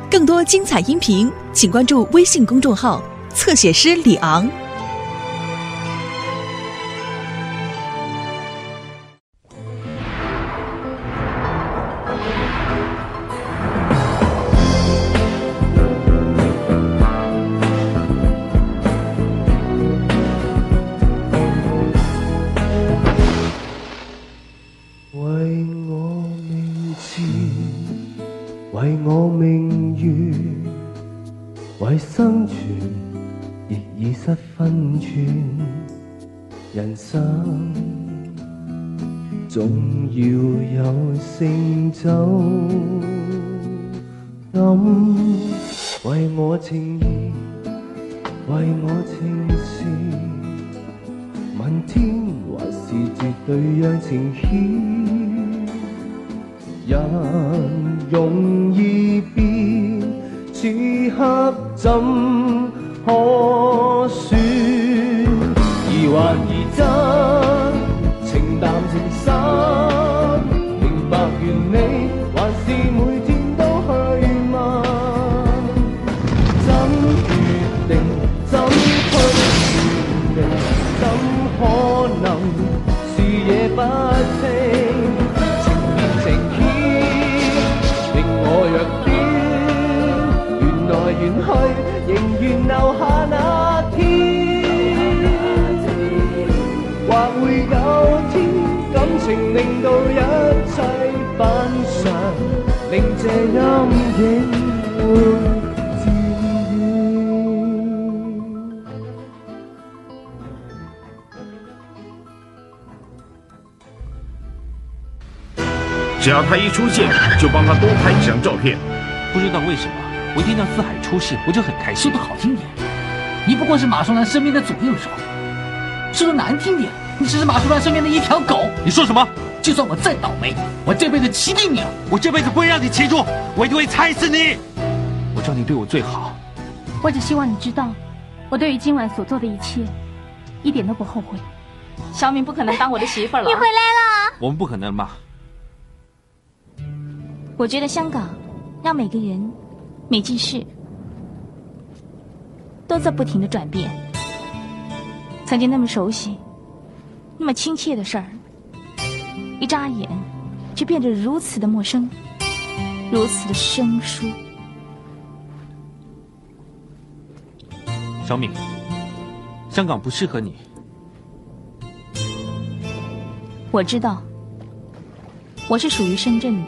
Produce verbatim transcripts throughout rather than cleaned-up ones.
更多精彩音频，请关注微信公众号“侧写师李昂”。 為我命運，為生存亦已失分寸。人生總要有成就感，為我情義，為我情事，問天還是絕對讓情牽。人容易變，此刻怎可說？疑幻疑真，情淡情深，明白原理，還是每天都去問，怎決定，怎推斷定，怎可能視野不清？遠去，仍願留下那天，或會有天，感情令到一切反常，令這陰影會漸遠。 只要他一出現，就幫他多拍幾張照片。 不知道為什麼，我一聽到四海出事，我就很開心。 說得好聽點，你不過是馬淑蘭身邊的左右手；說得難聽點，你只是馬淑蘭身邊的一條狗。 你說什麼？ 就算我再倒霉，我這輩子騎定你了。 我這輩子不會讓你騎住，我一定會踩死你。我知道你對我最好， 我只希望你知道，我對於今晚所做的一切，一點都不後悔。 小敏不可能當我的媳婦了。 你回來了。 我們不可能嘛。 我覺得香港讓每個人每件事都在不停的轉變，曾經那麼熟悉那麼親切的事兒，一眨眼就變得如此的陌生，如此的生疏。 小敏，香港不適合你。 我知道，我是屬於深圳的，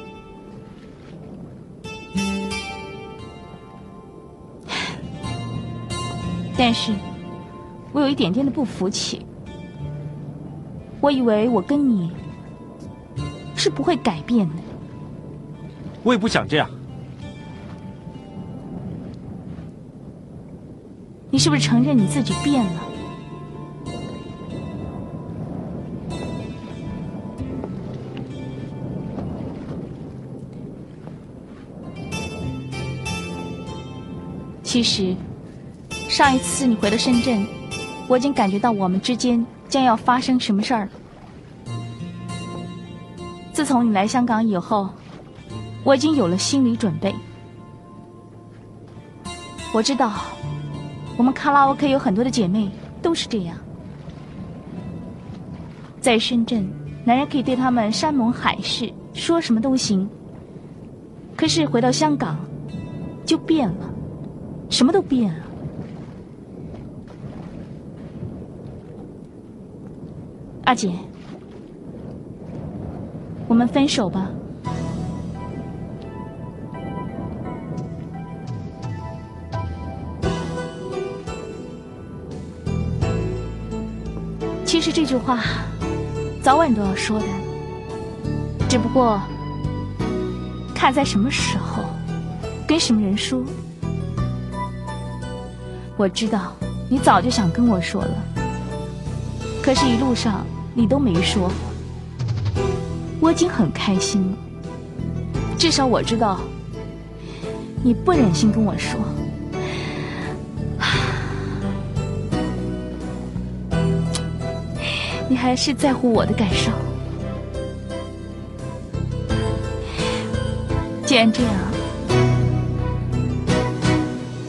但是我有一點點的不服氣。我以為我跟你是不會改變的。 我也不想這樣。 你是不是承認你自己變了？其實上一次你回了深圳，我已經感覺到我們之間將要發生什麼事兒了。自從你來香港以後，我已經有了心理準備。我知道我們卡拉 OK 有很多的姐妹都是這樣，在深圳男人可以對他們山盟海誓，說什麼都行，可是回到香港就變了，什麼都變了。阿姐，我們分手吧。其實這句話早晚都要說的，只不過看在什麼時候跟什麼人說。我知道你早就想跟我說了，可是一路上你都沒說，我已經很開心了。至少我知道你不忍心跟我說，你還是在乎我的感受。既然這樣，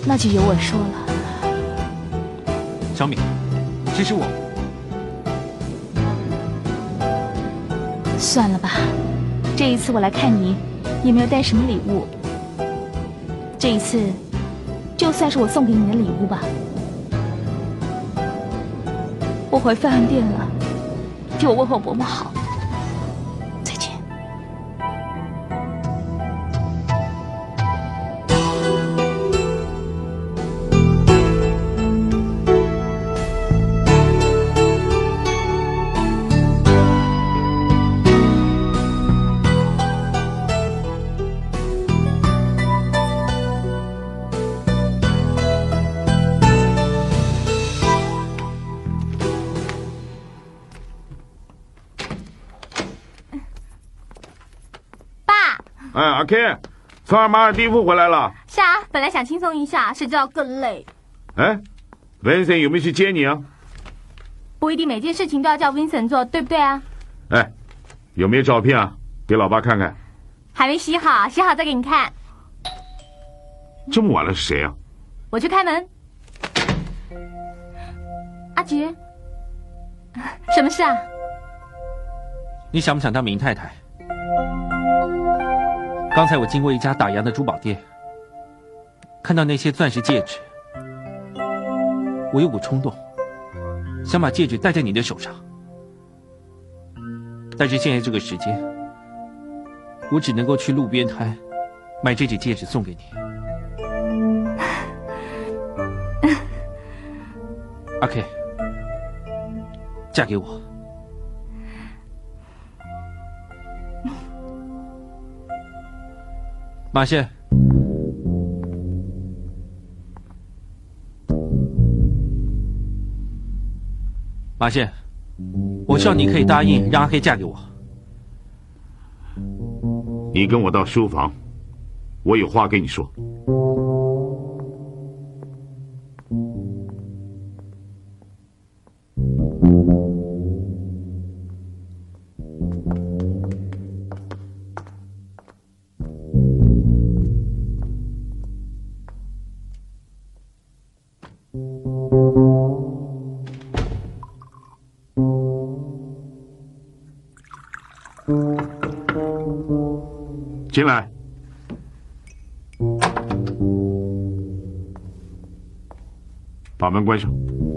那就由我说了。 小敏，其实我…… 算了吧，这一次我来看你，也没有带什么礼物。这一次，就算是我送给你的礼物吧。我回饭店了，替我问候伯母好。再见。 哎，阿 K， 从马尔地夫回来了。 是啊，本来想轻松一下，谁知道更累。 哎 ，Vincent 有没有去接你啊？ 不一定每件事情都要叫 Vincent 做，对不对啊？ 哎，有没有照片啊？给老爸看看。 还没洗好，洗好再给你看。 这么晚了是谁啊？ 我去开门。阿杰，什么事啊？ 你想不想当明太太？刚才我经过一家打烊的珠宝店，看到那些钻石戒指，我有股冲动，想把戒指戴在你的手上。但是现在这个时间，我只能够去路边摊买这只戒指送给你。阿 K， 嫁给我。马宪，马宪，我希望你可以答应让阿 K 嫁给我。 你跟我到书房，我有话跟你说。进来。把门关上。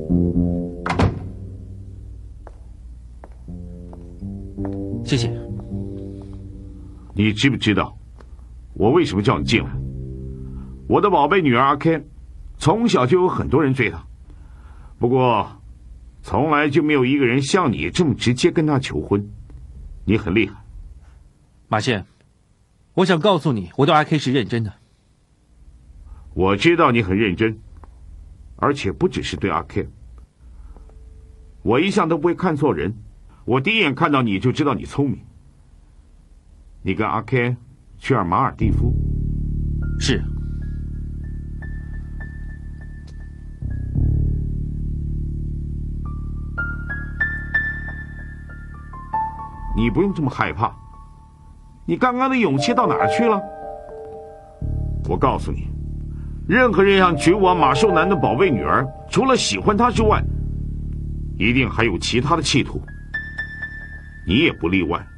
谢谢。 你知不知道我为什么叫你进来？我的宝贝女儿阿 Ken 从小就有很多人追她，不过从来就没有一个人像你这么直接跟她求婚。你很厉害。 马宪，我想告诉你，我对阿 K 是认真的。 我知道你很认真，而且不只是对阿 K。我一向都不会看错人，我第一眼看到你就知道你聪明。你跟阿 K 去尔马尔蒂夫？ 是。 你不用这么害怕，你刚刚的勇气到哪儿去了？我告诉你，任何人想娶我马寿南的宝贝女儿，除了喜欢她之外，一定还有其他的企图，你也不例外。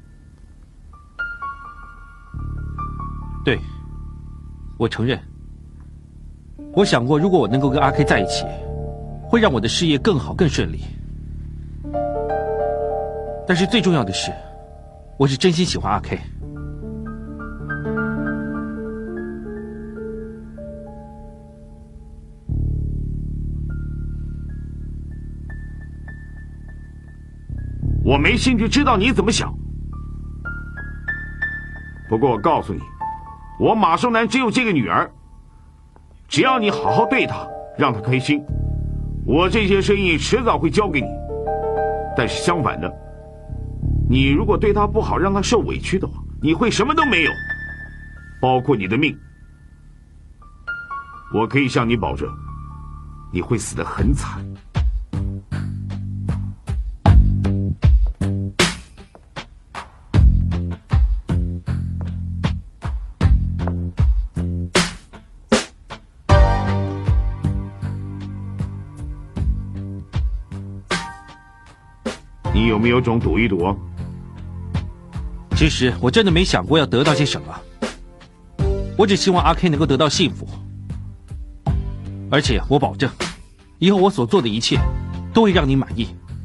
对，我承认。我想过，如果我能够跟阿 K 在一起，会让我的事业更好更顺利。但是最重要的是，我是真心喜欢阿 K。 我没兴趣知道你怎么想。不过我告诉你，我马寿南只有这个女儿，只要你好好对她，让她开心，我这些生意迟早会交给你。但是相反的，你如果对她不好，让她受委屈的话，你会什么都没有，包括你的命。我可以向你保证，你会死得很惨。 你有没有种赌一赌？ 其实我真的没想过要得到些什么，我只希望阿 K 能够得到幸福，而且我保证，以后我所做的一切都会让你满意。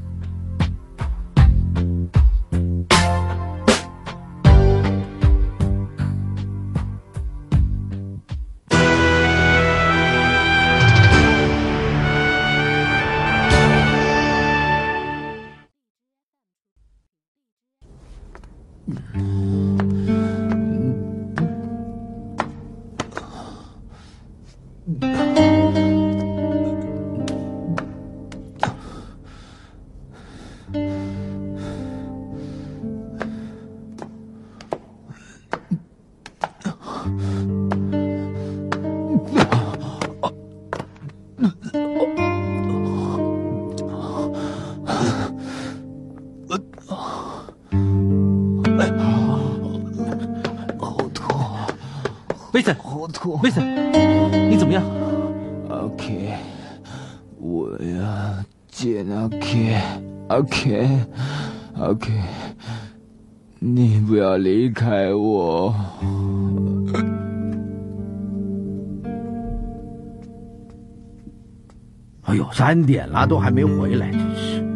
威森， 好痛！ 威森，你怎么样？ 阿 K， 我要见阿 K， 阿 K， 阿 K， 你不要离开我。 哎呦，三点了，都还没回来，真是。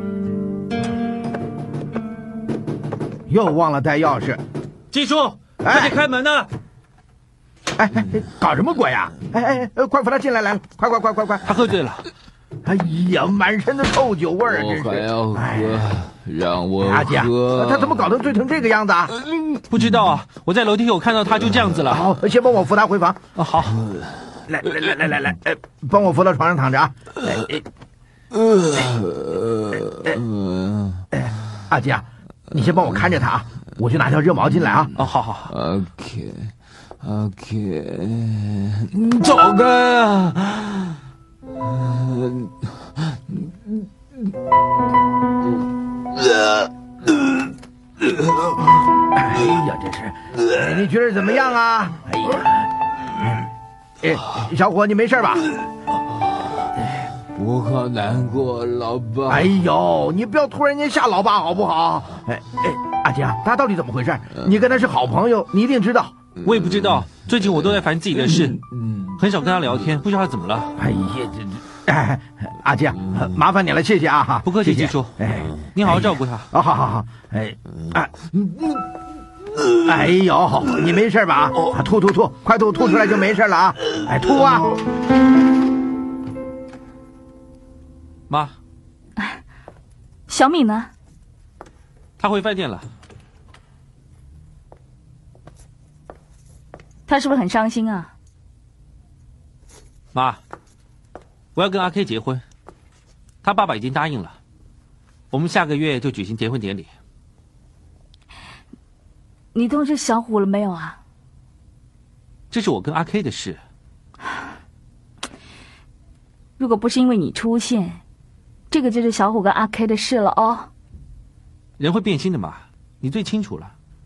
又忘了带钥匙。 季叔，快点开门呐！ 哎哎，搞什么鬼呀！哎哎哎，快扶他进来来了！快快快快快！ 他喝醉了。 哎呀，满身的臭酒味儿， 我还要喝， 哎、 让我阿姐，他怎么搞得醉成这个样子啊？ 不知道啊，我在楼梯口看到他就这样子了。 好，先帮我扶他回房。 啊，好。 来来来来来来，哎，帮我扶到床上躺着啊！哎哎，哎，阿姐啊，你先帮我看着他啊，我去拿条热毛巾来啊！ 哦，好好好。 阿 K， 阿 K， 你走开啊！ 哎呀，这是，哎、你觉得怎么样啊？哎呀，哎，小伙，你没事吧？ 我好难过，老爸。 哎呦，你不要突然间吓老爸好不好？哎哎，阿姐啊，他到底怎么回事？你跟他是好朋友，你一定知道。 我也不知道，最近我都在烦自己的事，嗯，很少跟他聊天，不知道他怎么了。 哎呀，这这，哎，阿姐，麻烦你了，谢谢啊哈。 不客气，季叔。哎，你好好照顾他。 啊，好好好。哎，哎，哎呦，你没事吧？啊，吐吐吐，快吐吐出来就没事了啊！哎，吐啊！ 妈， 小敏呢？ 她回饭店了。 她是不是很伤心啊？ 妈，我要跟阿 K 结婚，他爸爸已经答应了，我们下个月就举行结婚典礼。 你通知小虎了没有啊？ 这是我跟阿 K 的事。 如果不是因为你出现，这个就是小虎跟阿 K 的事了哦。 人会变心的嘛，你最清楚了。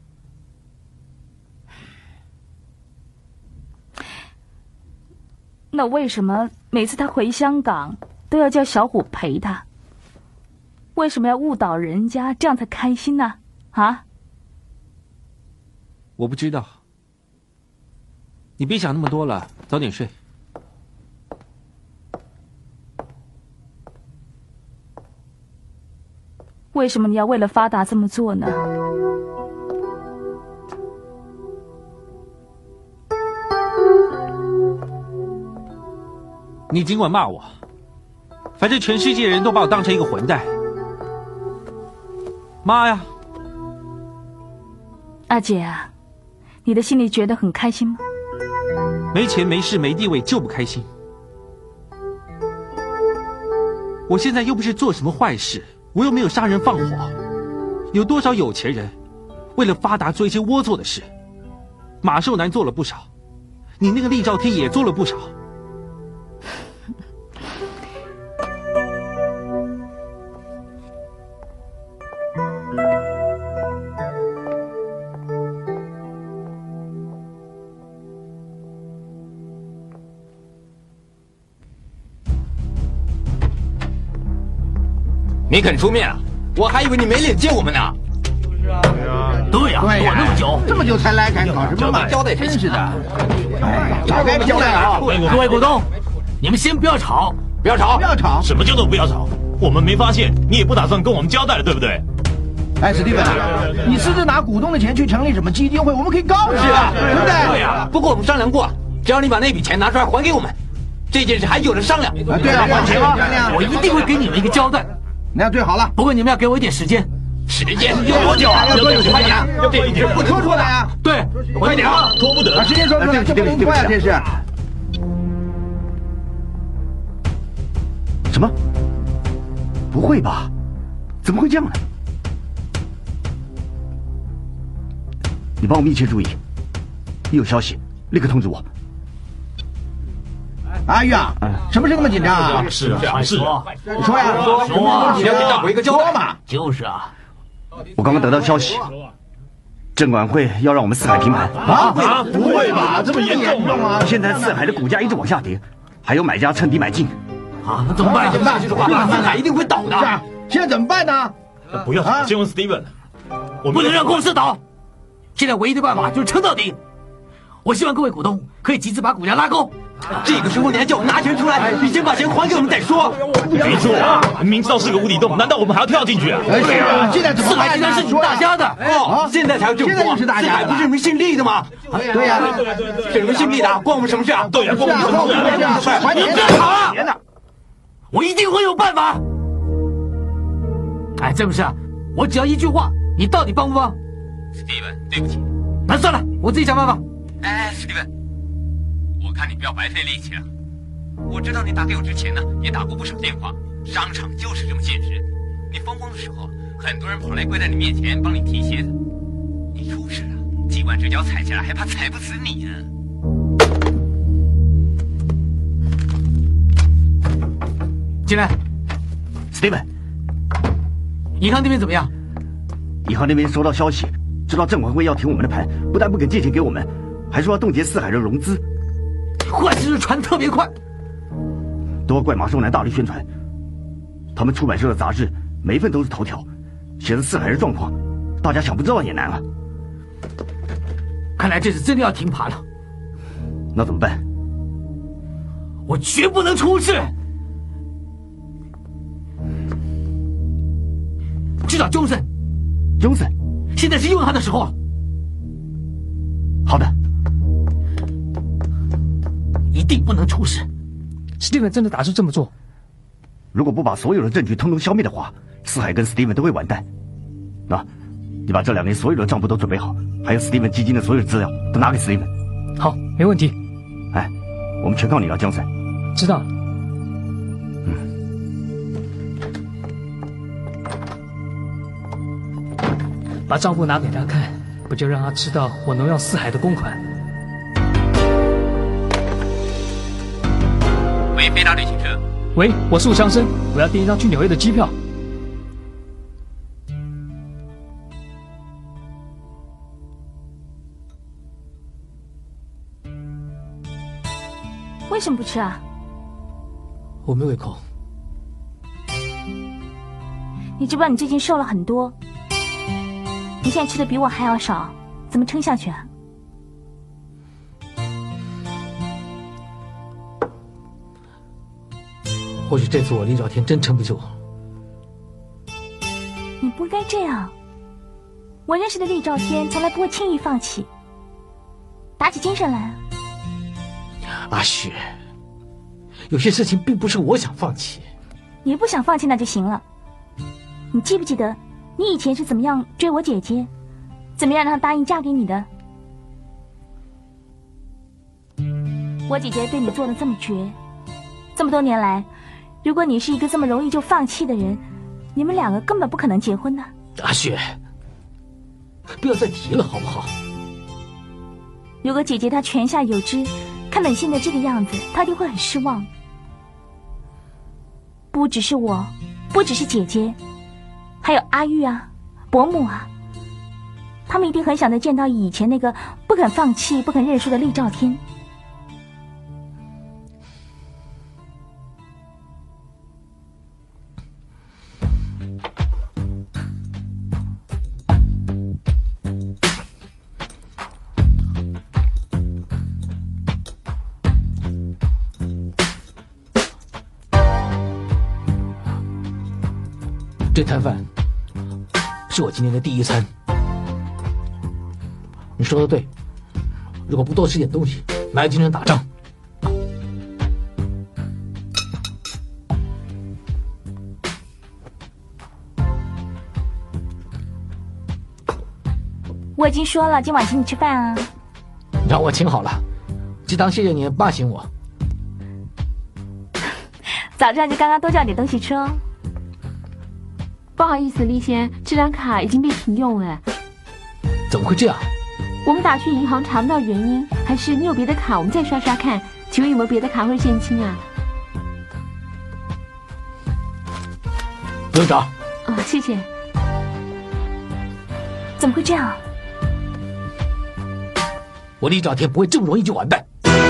那为什么每次他回香港都要叫小虎陪他？为什么要误导人家，这样才开心呢？啊？ 我不知道。你别想那么多了，早点睡。 为什么你要为了发达这么做呢？ 你尽管骂我，反正全世界人都把我当成一个混蛋。妈呀！ 阿姐啊，你的心里觉得很开心吗？ 没钱没势没地位就不开心。我现在又不是做什么坏事，我又没有杀人放火。有多少有钱人为了发达做一些龌龊的事？马寿南做了不少，你那个厉兆天也做了不少。 你肯出面啊？ 我还以为你没脸见我们呢。 对呀， 对呀， 躲那么久， 这么久才来，敢搞什么嘛？ 交代真是的。哎，早该交代啊！ 各位股东，你们先不要吵， 不要吵， 不要吵。 什么叫做不要吵？我们没发现，你也不打算跟我们交代了，对不对？ 哎，史蒂芬，你私自拿股东的钱去成立什么基金会，我们可以告你啊，对不对？ 对呀。不过我们商量过，只要你把那笔钱拿出来还给我们，这件事还有人商量。 啊，对啊，还钱吗？ 我一定会给你们一个交代。 那最好了。 不过你们要给我一点时间。 时间要多久啊？ 要多久？ 快点，这一点不说出来啊！ 对， 快点啊！ 拖不得， 把时间说出来，这不能拖呀，这是。 什么？不会吧？怎么会这样呢？你帮我密切注意，一有消息立刻通知我。 阿玉啊，什么事那么紧张啊？ 是啊，是啊， 你说呀， 说啊， 你要给大伙一个交代嘛。 就是啊。 我刚刚得到消息，证管会要让我们四海停盘。 啊啊！不会吧？这么严重啊？ 现在四海的股价一直往下跌，还有买家趁低买进。 啊，那怎么办？ 怎么办？ 这话，四海一定会倒的。 是啊，现在怎么办呢？ 不要吵，先问 Steven。 我不能让公司倒，现在唯一的办法就是撑到底。我希望各位股东可以集资把股价拉高。 这个时候你还叫我拿钱出来？你先把钱还给我们再说。 没错啊，明知道是个无底洞，难道我们还要跳进去啊？ 对啊，现在怎么四海既然是你们大家的哦，现在才要政府， 现在就是大家的， 不是你们姓厉的吗？ 对呀， 是你们姓厉的，关我们什么事啊？ 对呀，关我们什么事啊？ 你们不要吵啊！我一定会有办法。哎，这不是啊，我只要一句话，你到底帮不帮 ？Steven， 对不起。 那算了，我自己想办法。 哎 ，Steven， 我看你不要白费力气了。我知道你打给我之前呢，也打过不少电话。商场就是这么现实，你风光的时候，很多人跑来跪在你面前帮你提鞋子。你出事了，几万只脚踩下来，还怕踩不死你呢？ 进来 ，Steven， 银行那边怎么样？ 银行那边收到消息，知道证管会要停我们的盘，不但不肯借钱给我们，还说要冻结四海的融资。 坏事是传特别快， 都要怪马寿南大力宣传。他们出版社的杂志每一份都是头条，写的四海的状况，大家想不知道也难啊。 看来这次真的要停盘了。 那怎么办？ 我绝不能出事。去找 Johnson。Johnson， 现在是用他的时候。 好的。 一定不能出事。 Steven 真的打算这么做？ 如果不把所有的证据通通消灭的话，四海跟 Steven 都会完蛋。那，你把这两年所有的账簿都准备好，还有 Steven 基金的所有资料都拿给 Steven。 好，没问题。 哎，我们全靠你了，江森。 知道。 嗯。 把账簿拿给他看，不就让他知道我挪用四海的公款？ 喂，飞达旅行社。 喂，我是吴强生，我要订一张去纽约的机票。 为什么不吃啊？ 我没胃口。 你知不知道你最近瘦了很多？你现在吃的比我还要少，怎么撑下去啊？ 或许这次我厉兆天真撑不住。 你不该这样。我认识的厉兆天从来不会轻易放弃，打起精神来。 阿雪，有些事情并不是我想放弃。 你不想放弃那就行了。你记不记得你以前是怎么样追我姐姐，怎么样让她答应嫁给你的？我姐姐对你做的这么绝，这么多年来，如果你是一个这么容易就放弃的人，你们两个根本不可能结婚的。 阿雪，不要再提了好不好？ 如果姐姐她泉下有知，看到你现在这个样子，她一定会很失望。不只是我，不只是姐姐，还有阿玉啊，伯母啊，他们一定很想再见到以前那个不肯放弃、不肯认输的厉兆天。 这餐饭是我今天的第一餐。你说的对，如果不多吃点东西，哪有精神打仗？ 我已经说了，今晚请你吃饭啊。 让我请好了，就当谢谢你霸醒我。 早知道就刚刚多叫点东西吃哦。 不好意思，丽仙，这张卡已经被停用了。 怎么会这样？ 我们打去银行查不到原因，还是你有别的卡，我们再刷刷看。请问有没有别的卡或者现金啊？ 不用找。 啊，谢谢。 怎么会这样？ 我厉兆天不会这么容易就完蛋。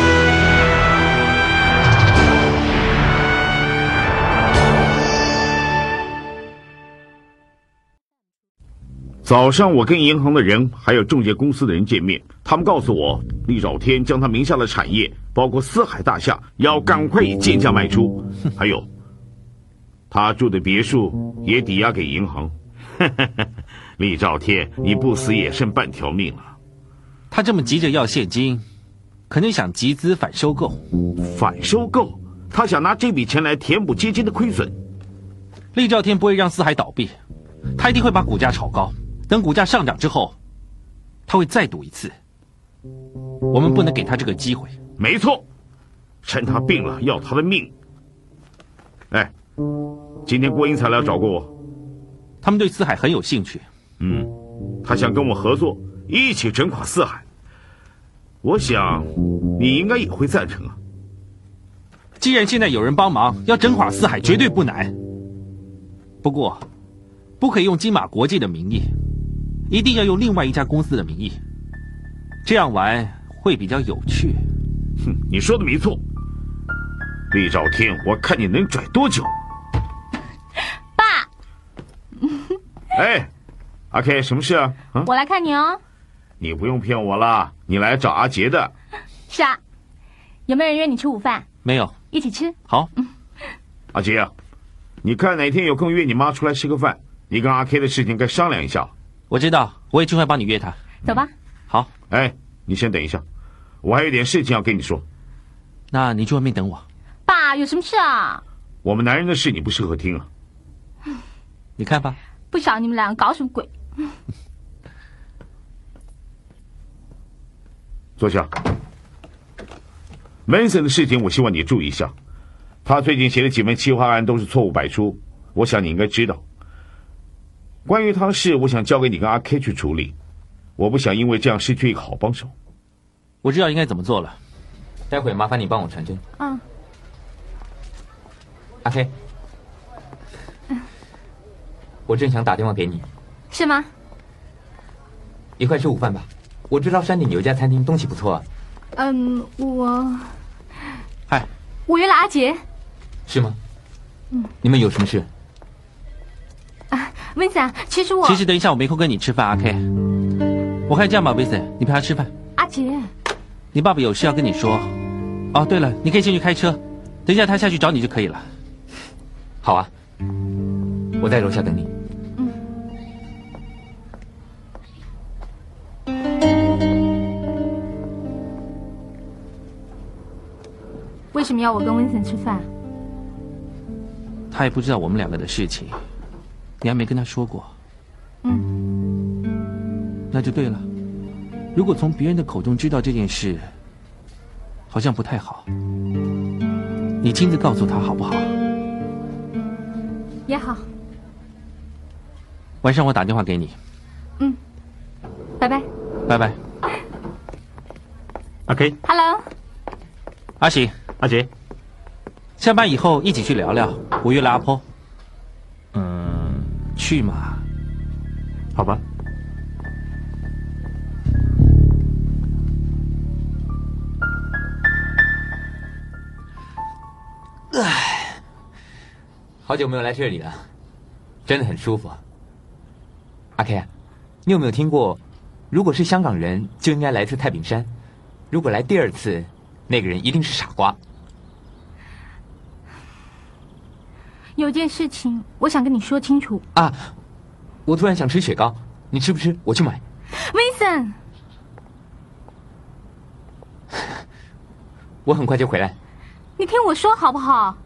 早上我跟银行的人还有中介公司的人见面，他们告诉我，厉兆天将他名下的产业，包括四海大厦，要赶快以贱价卖出，还有他住的别墅也抵押给银行。厉兆天，你不死也剩半条命了。 他这么急着要现金，肯定想集资反收购。 反收购？他想拿这笔钱来填补基金的亏损。 厉兆天不会让四海倒闭，他一定会把股价炒高。等股价上涨之后，他会再赌一次。我们不能给他这个机会。 没错，趁他病了要他的命。哎，今天郭英才来找过我， 他们对四海很有兴趣。 嗯，他想跟我合作，一起整垮四海。我想你应该也会赞成啊。 既然现在有人帮忙，要整垮四海绝对不难。不过，不可以用金马国际的名义，一定要用另外一家公司的名义，这样玩会比较有趣。 哼，你说的没错。厉兆天，我看你能拽多久。 爸。 哎，阿 K， 什么事啊？啊， 我来看你哦。 你不用骗我了，你来找阿杰的。 是啊。有没有人约你吃午饭？ 没有。 一起吃。 好。 嗯、 阿杰啊，你看哪天有空约你妈出来吃个饭，你跟阿 K 的事情该商量一下。 我知道，我也尽快帮你约他。 走吧。 好。 哎，你先等一下，我还有点事情要跟你说。 那你去外面等我。 爸，有什么事啊？ 我们男人的事你不适合听啊。 你看吧。 不晓得你们两个搞什么鬼。 坐下。Manson 的事情我希望你注意一下，他最近写的几份企划案都是错误百出，我想你应该知道。关于他的事，我想交给你跟阿 K 去处理，我不想因为这样失去一个好帮手。 我知道应该怎么做了， 待会麻烦你帮我传真。 嗯。 阿 K， 我正想打电话给你。 是吗？ 一块吃午饭吧，我知道山顶有一家餐厅东西不错啊。 嗯，我。 嗨。 我约了阿杰。 是吗？ 嗯。 你们有什么事？ 啊，温森，其实我…… 其实等一下我没空跟你吃饭，阿 K。我看这样吧，温森，你陪他吃饭。 阿杰， 你爸爸有事要跟你说。哦，对了，你可以先去开车，等一下他下去找你就可以了。 好啊，我在楼下等你。 嗯。为什么要我跟温森吃饭？ 他也不知道我们两个的事情，你还没跟他说过。 嗯。 那就对了，如果从别人的口中知道这件事，好像不太好。你亲自告诉他好不好？ 也好。 晚上我打电话给你。 嗯。拜拜。 拜拜。 阿 K。Hello。 阿喜。 阿杰。 下班以后一起去聊聊，我约了阿坡。嗯，去嘛。 好吧。 唉，好久没有来这里了，真的很舒服。阿 K， 你有没有听过，如果是香港人就应该来次太平山，如果来第二次，那个人一定是傻瓜。 有件事情我想跟你说清楚啊！我突然想吃雪糕，你吃不吃？我去买。 Vincent， 我很快就回来。 你听我说好不好？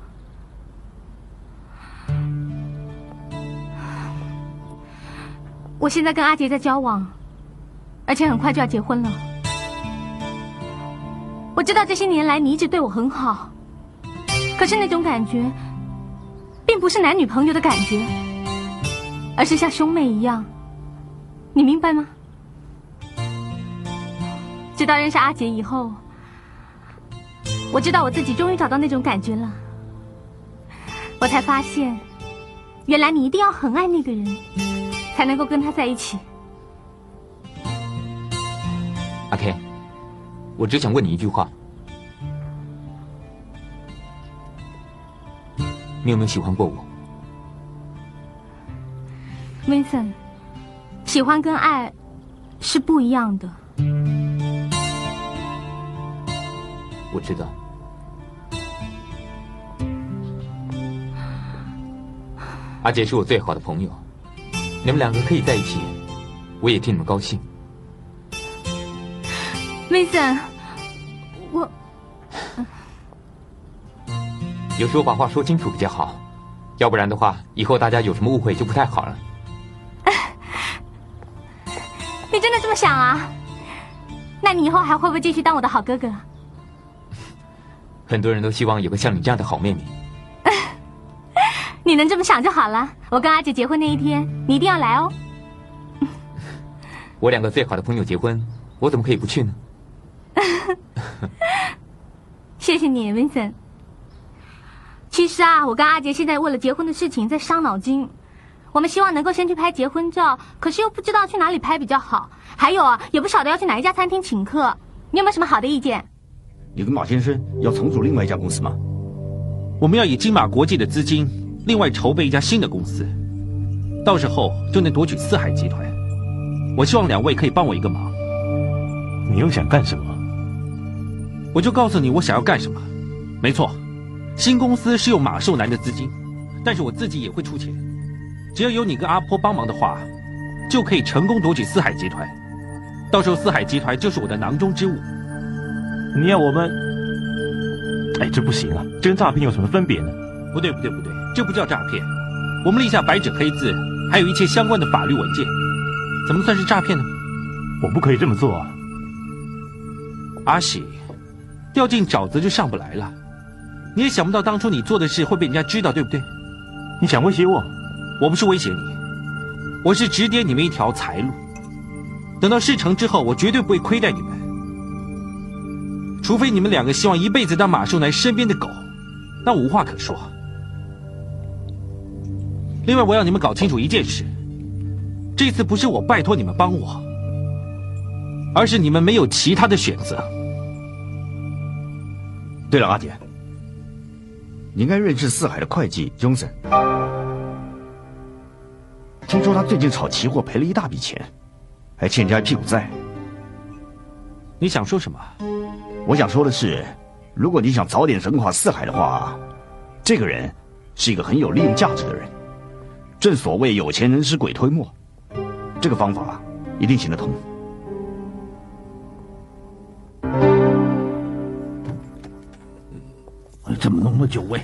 我现在跟阿杰在交往，而且很快就要结婚了。我知道这些年来你一直对我很好，可是那种感觉并不是男女朋友的感觉，而是像兄妹一样，你明白吗？直到认识阿杰以后，我知道我自己终于找到那种感觉了，我才发现原来你一定要很爱那个人才能够跟他在一起。 阿 K， 我只想问你一句话，你有没有喜欢过我？ Vincent， 喜欢跟爱是不一样的。 我知道。阿杰是我最好的朋友，你们两个可以在一起，我也替你们高兴。 Vincent， 我有时候把话说清楚比较好，要不然的话，以后大家有什么误会就不太好了。 你真的这么想啊？那你以后还会不会继续当我的好哥哥？ 很多人都希望有个像你这样的好妹妹。 你能这么想就好了。我跟阿姐结婚那一天，你一定要来哦。 我两个最好的朋友结婚，我怎么可以不去呢？ 谢谢你 ，Vincent。其实啊，我跟阿杰现在为了结婚的事情在伤脑筋。我们希望能够先去拍结婚照，可是又不知道去哪里拍比较好。还有啊，也不晓得要去哪一家餐厅请客。你有没有什么好的意见？ 你跟马先生要重组另外一家公司吗？ 我们要以金马国际的资金，另外筹备一家新的公司，到时候就能夺取四海集团。我希望两位可以帮我一个忙。 你又想干什么？ 我就告诉你我想要干什么。没错，新公司是用马寿南的资金，但是我自己也会出钱。只要有你跟阿坡帮忙的话，就可以成功夺取四海集团。到时候四海集团就是我的囊中之物。 你要我们？哎，这不行啊！这跟诈骗有什么分别呢？ 不对，不对，不对，这不叫诈骗。我们立下白纸黑字，还有一切相关的法律文件，怎么算是诈骗呢？ 我不可以这么做啊！ 阿喜，掉进沼泽就上不来了。你也想不到当初你做的事会被人家知道，对不对？ 你想威胁我？ 我不是威胁你，我是指点你们一条财路。等到事成之后，我绝对不会亏待你们，除非你们两个希望一辈子当马寿南身边的狗，那无话可说。另外，我要你们搞清楚一件事，这次不是我拜托你们帮我，而是你们没有其他的选择。 对了，阿姐，你应该认识四海的会计 Johnson。听说他最近炒期货赔了一大笔钱，还欠人家一屁股债。 你想说什么？ 我想说的是，如果你想早点整垮四海的话，这个人是一个很有利用价值的人。正所谓有钱能使鬼推磨，这个方法一定行得通。 这么浓的酒味！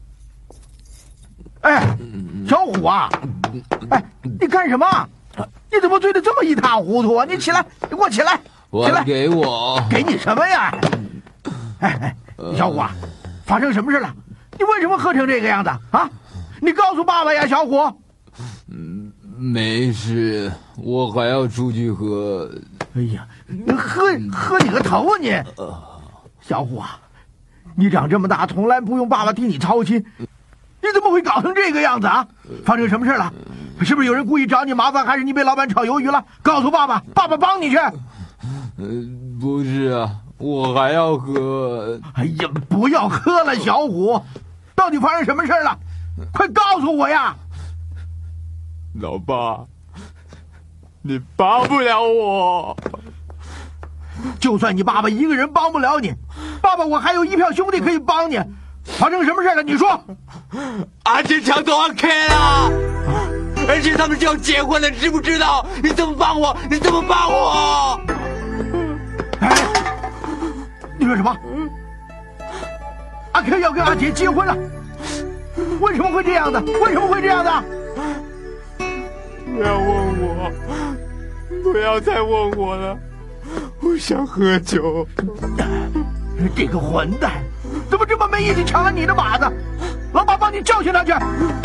哎，小虎啊！哎，你干什么？你怎么醉得这么一塌糊涂啊？你起来，你给我起来！起来， 给我！ 给你什么呀？哎哎，小虎啊，发生什么事了？你为什么喝成这个样子啊？你告诉爸爸呀，小虎。 嗯，没事，我还要出去喝。 哎呀，喝喝你个头啊你！小虎啊，你长这么大从来不用爸爸替你操心，你怎么会搞成这个样子啊？发生什么事了？是不是有人故意找你麻烦，还是你被老板炒鱿鱼了？告诉爸爸，爸爸帮你去。 呃，不是啊，我还要喝。 哎呀，不要喝了，小虎，到底发生什么事了？快告诉我呀！ 老爸，你帮不了我。 就算你爸爸一个人帮不了你，爸爸我还有一票兄弟可以帮你。 发生什么事了？你说。 阿杰抢走阿 K 了，而且他们就要结婚了，知不知道？你怎么帮我？你怎么帮我？ 哎，你说什么？阿 K 要跟阿杰结婚了？为什么会这样的？为什么会这样的？ 不要问我，不要再问我了，我想喝酒。 这个混蛋，怎么这么没义气，抢了你的马子？老爸帮你教训他去。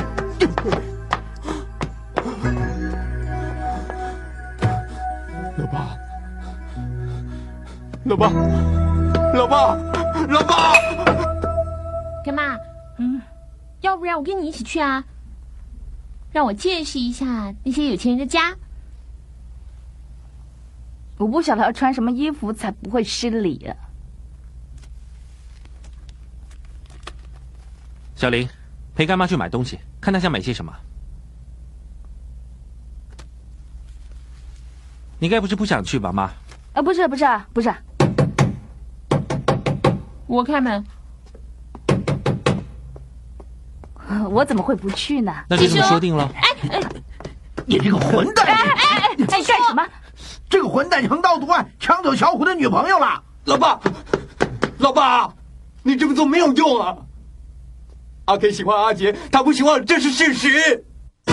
老爸，老爸，老爸，老爸， 干嘛？嗯，要不然我跟你一起去啊，让我见识一下那些有钱人的家。 我不晓得要穿什么衣服才不会失礼啊。 小林，陪干妈去买东西，看她想买些什么。你该不是不想去吧，妈？ 啊，不是，不是，不是。 我开门。 我怎么会不去呢？ 那就这么说定了。 哎哎， 你这个混蛋！ 哎哎哎，哎，干什么？ 这个混蛋横刀夺爱，抢走小虎的女朋友了。 老爸，老爸，你这么做没有用啊！阿 K 喜欢阿杰，他不喜欢，这是事实。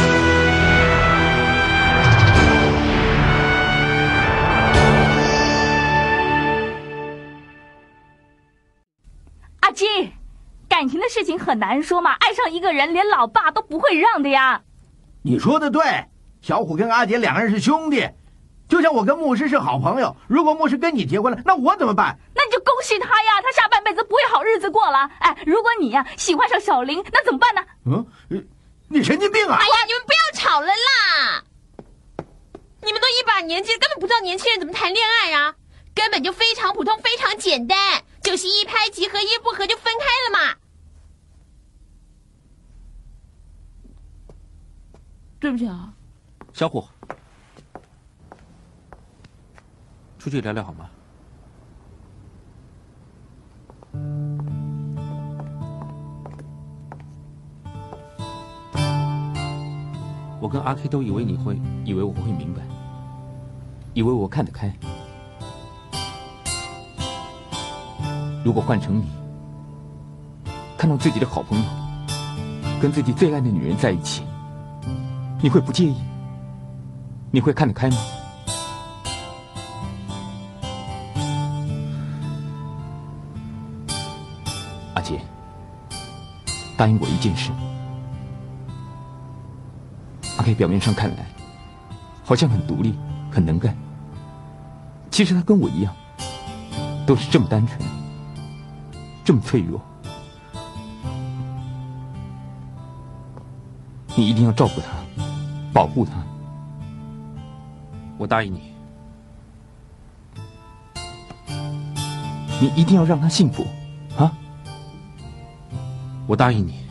阿基，感情的事情很难说嘛，爱上一个人，连老爸都不会让的呀。 你说的对，小虎跟阿杰两个人是兄弟，就像我跟牧师是好朋友。如果牧师跟你结婚了，那我怎么办？ 那你就恭喜他呀，他下半辈子不会好日子过了。哎，如果你呀喜欢上小林，那怎么办呢？ 嗯，你神经病啊！ 哎呀，你们不要吵了啦！你们都一把年纪，根本不知道年轻人怎么谈恋爱啊，根本就非常普通，非常简单，就是一拍即合，一不合就分开了嘛。对不起啊， 小虎，出去聊聊好吗？我跟阿 K 都以为你会，以为我会明白，以为我看得开。如果换成你，看到自己的好朋友跟自己最爱的女人在一起，你会不介意？你会看得开吗？阿杰，答应我一件事。阿 K 表面上看来好像很独立很能干，其实他跟我一样都是这么单纯这么脆弱。你一定要照顾他保护他，我答应你。你一定要让他幸福啊，我答应你。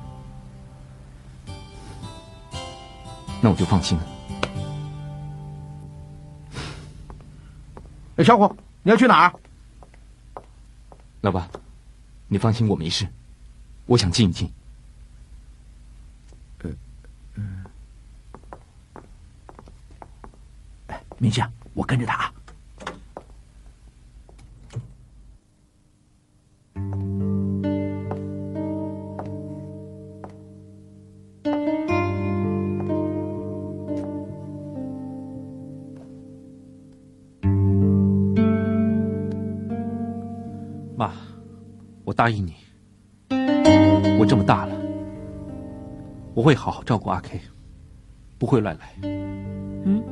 那我就放心了。 哎，小虎，你要去哪儿？ 老爸，你放心，我没事。我想静一静。 呃，嗯。哎，明香，我跟着他啊。 妈，我答应你，我这么大了，我会好好照顾阿 K， 不会乱来。 嗯。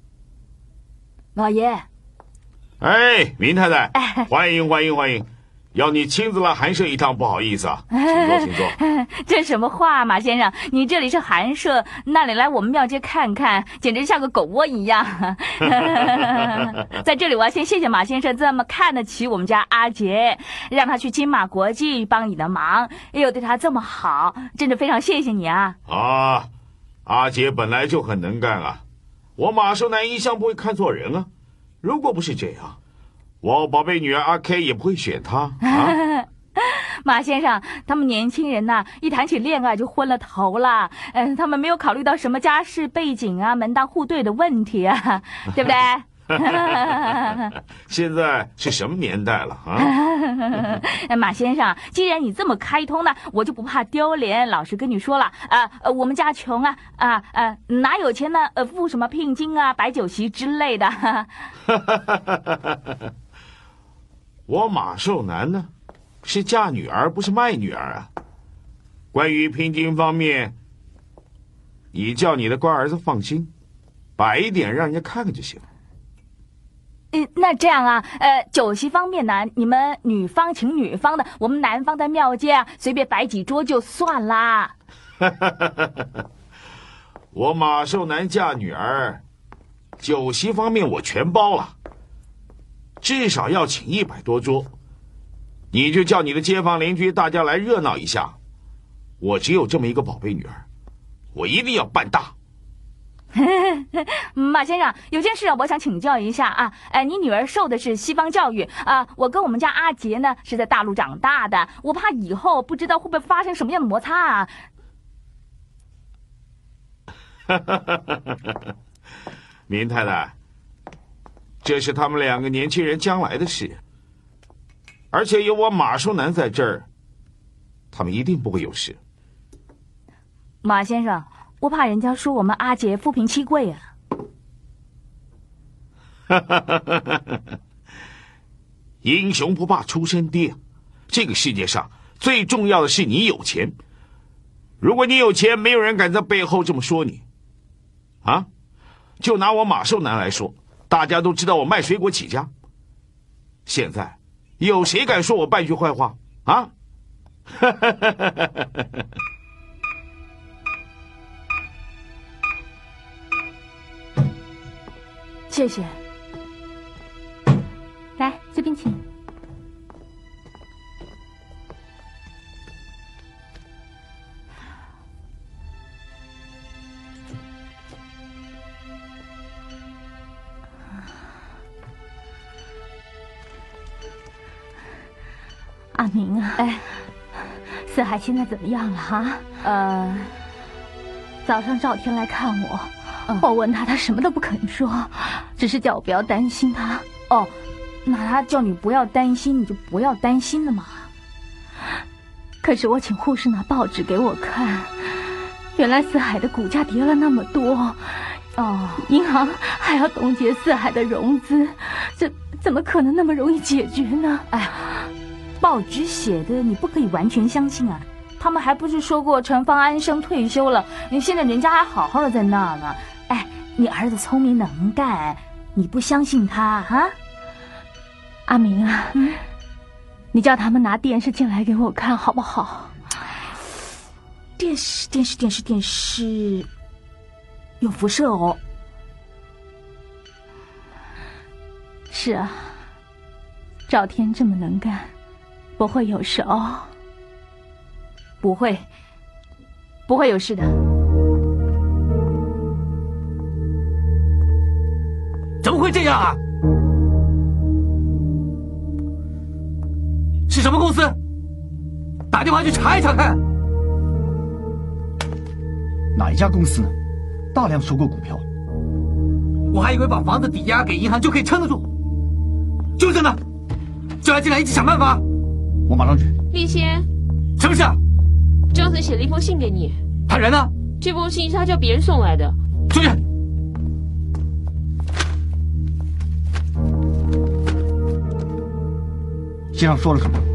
老爷。 哎，明太太，欢迎欢迎欢迎！ 要你亲自来寒舍一趟，不好意思啊，请坐，请坐。 这什么话，马先生？你这里是寒舍，那里来我们庙街看看，简直像个狗窝一样。在这里，我要先谢谢马先生这么看得起我们家阿杰，让他去金马国际帮你的忙，又对他这么好，真的非常谢谢你啊！ 啊，阿杰本来就很能干啊，我马寿南一向不会看错人啊。如果不是这样，我宝贝女儿阿 K 也不会选他啊。 马先生，他们年轻人呐、啊，一谈起恋爱就昏了头了。嗯，他们没有考虑到什么家世背景啊、门当户对的问题啊，对不对？ 现在是什么年代了啊？ 马先生，既然你这么开通呢，我就不怕丢脸，老实跟你说了啊、呃，我们家穷啊啊啊，哪有钱呢？呃，付什么聘金啊、摆酒席之类的。 我马寿南呢，是嫁女儿，不是卖女儿啊。关于聘金方面，你叫你的乖儿子放心，摆一点让人家看看就行。 嗯，那这样啊，呃，酒席方面呢，你们女方请女方的，我们男方在庙街啊，随便摆几桌就算啦。 我马寿南嫁女儿，酒席方面我全包了，至少要请一百多桌。你就叫你的街坊邻居大家来热闹一下。我只有这么一个宝贝女儿，我一定要办大。 马先生，有件事我想请教一下啊，哎，你女儿受的是西方教育啊，我跟我们家阿杰呢是在大陆长大的，我怕以后不知道会不会发生什么样的摩擦啊。 明太太，这是他们两个年轻人将来的事，而且有我马寿南在这儿，他们一定不会有事。 马先生，我怕人家说我们阿杰夫凭妻贵啊。 英雄不怕出身低，这个世界上最重要的是你有钱。如果你有钱，没有人敢在背后这么说你啊。就拿我马寿南来说，大家都知道我卖水果起家，现在有谁敢说我半句坏话啊？ 谢谢。 来，这边请。阿明啊，哎，四海现在怎么样了啊？呃，早上赵天来看我。嗯、我问他，他什么都不肯说，只是叫我不要担心他。 哦，那他叫你不要担心，你就不要担心了嘛。 可是我请护士拿报纸给我看，原来四海的股价跌了那么多，哦，银行还要冻结四海的融资，这怎么可能那么容易解决呢？ 哎，报纸写的你不可以完全相信啊。他们还不是说过陈方安生退休了，你现在人家还好好的在那呢。哎，你儿子聪明能干，你不相信他啊？ 阿明啊，嗯，你叫他们拿电视进来给我看好不好？ 电视电视电视电视有辐射哦。 是啊，赵天这么能干，不会有事哦。 不会，不会有事的。 怎么会这样啊？是什么公司？打电话去查一查看。 哪一家公司呢？大量收购股票。 我还以为把房子抵押给银行就可以撑得住。就这呢，叫他进来一起想办法。 我马上去。 立先， 什么事啊？ 张子写了一封信给你。 他人呢？ 这封信是他叫别人送来的。 出去。 信上说了什么？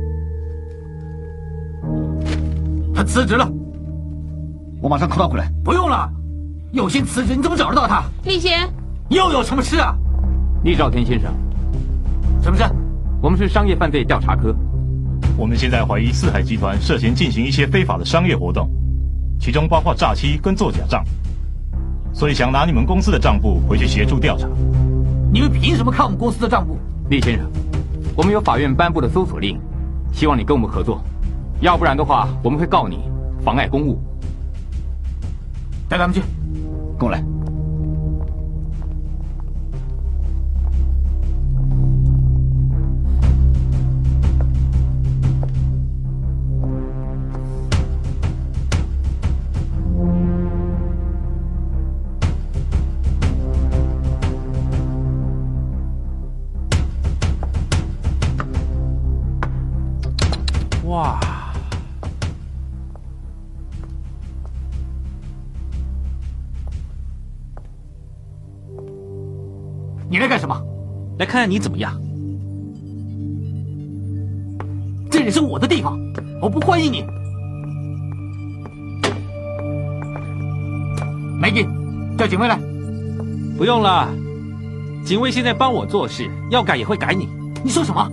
他辞职了。 我马上扣他回来。 不用了，有心辞职，你怎么找得到他？ 立先， 又有什么事啊？ 厉兆天先生， 什么事？ 我们是商业犯罪调查科， 我们现在怀疑四海集团涉嫌进行一些非法的商业活动，其中包括诈欺跟做假账，所以想拿你们公司的账簿回去协助调查。 你们凭什么看我们公司的账簿？ 厉先生，我们有法院颁布的搜索令，希望你跟我们合作，要不然的话我们会告你妨碍公务。 带他们去， 跟我来。 哇！ 你来干什么？ 来看看你怎么样。 这里是我的地方，我不欢迎你。梅吉，叫警卫来。 不用了，警卫现在帮我做事，要改也会改你。 你说什么？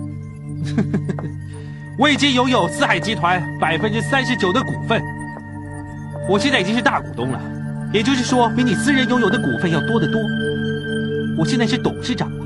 我已经拥有四海集团百分之三十九的股份，我现在已经是大股东了，也就是说，比你私人拥有的股份要多得多。我现在是董事长了。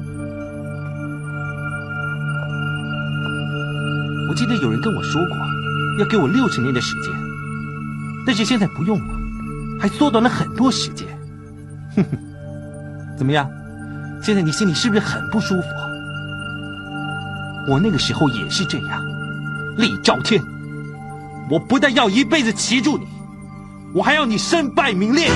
我记得有人跟我说过，要给我六十年的时间，但是现在不用了，还缩短了很多时间。哼哼，怎么样？现在你心里是不是很不舒服？我那个时候也是这样，厉兆天，我不但要一辈子骑住你，我还要你身败名裂。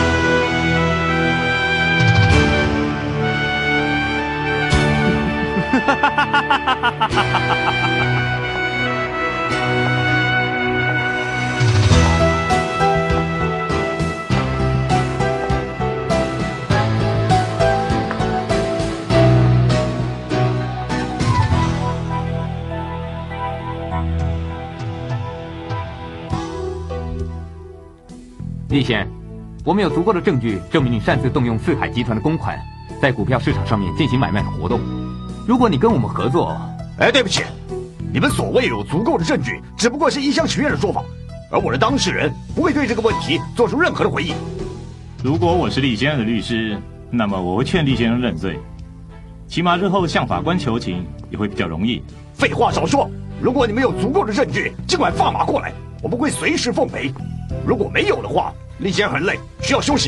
厉先，我们有足够的证据证明你擅自动用四海集团的公款，在股票市场上面进行买卖的活动。如果你跟我们合作， 哎，对不起，你们所谓有足够的证据，只不过是一厢情愿的说法，而我的当事人不会对这个问题做出任何的回应。 如果我是厉先生的律师，那么我会劝厉先生认罪，起码日后向法官求情也会比较容易。 废话少说，如果你们有足够的证据，尽管放马过来，我们会随时奉陪。如果没有的话，厉先生很累，需要休息。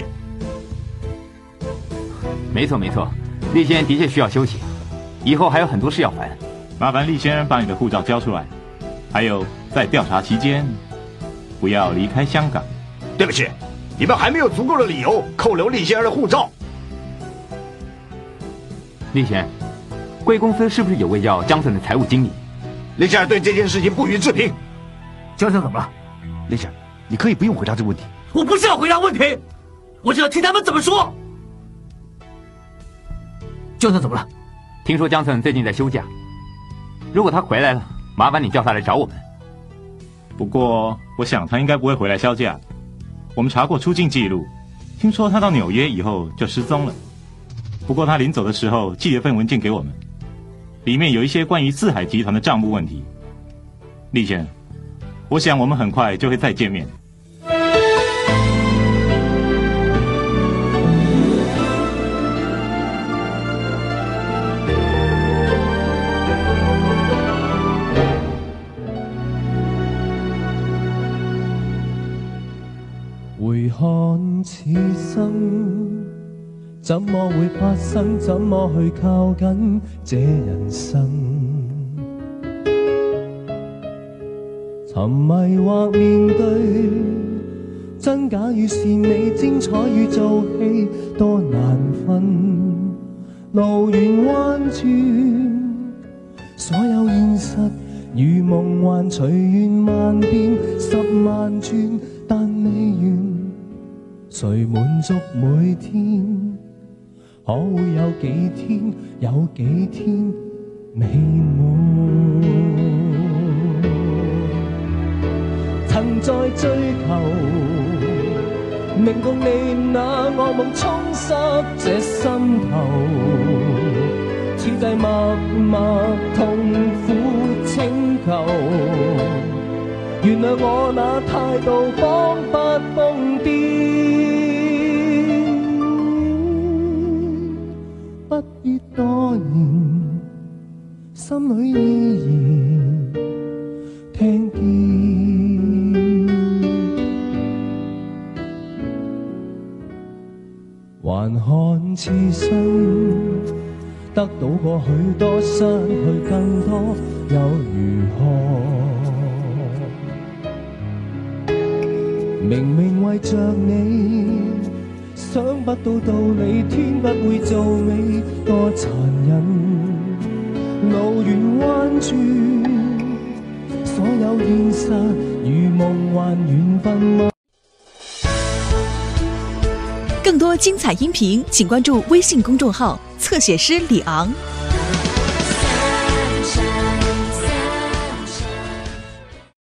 没错没错，厉先生的确需要休息，以后还有很多事要烦。 麻烦厉先生把你的护照交出来，还有在调查期间不要离开香港。 对不起，你们还没有足够的理由扣留厉先生的护照。 厉先生，贵公司是不是有位叫江森的财务经理？ 厉先生对这件事情不予置评。 江森怎么了？ 厉先生，你可以不用回答这个问题。 我不是要回答问题，我是要听他们怎么说。江森怎么了？ 听说江森最近在休假，如果他回来了，麻烦你叫他来找我们。 不过我想他应该不会回来休假，我们查过出境记录，听说他到纽约以后就失踪了。不过他临走的时候寄了份文件给我们，里面有一些关于四海集团的账目问题。厉先生，我想我们很快就会再见面。 回看此生，怎麼會發生？怎麼去靠近這人生？沉迷或面對，真假與善美，精彩與做戲，多難分。路圓彎轉，所有現實如夢幻，隨緣萬變，十萬轉，但未完。誰滿足每天？可會有幾天？有幾天美滿？曾在追求，明共你那惡夢沖濕這心頭，此際默默痛苦請求。 原諒我那態度彷彿瘋癲，不必多言，心裏依然聽見，還看此生得到過許多，失去更多，又如何？明明為着你，想不到道理，天不會做美，多殘忍。路緣彎轉，所有現實如夢幻緣分嗎？ 更多精彩音频，请关注微信公众号“侧写师李昂”。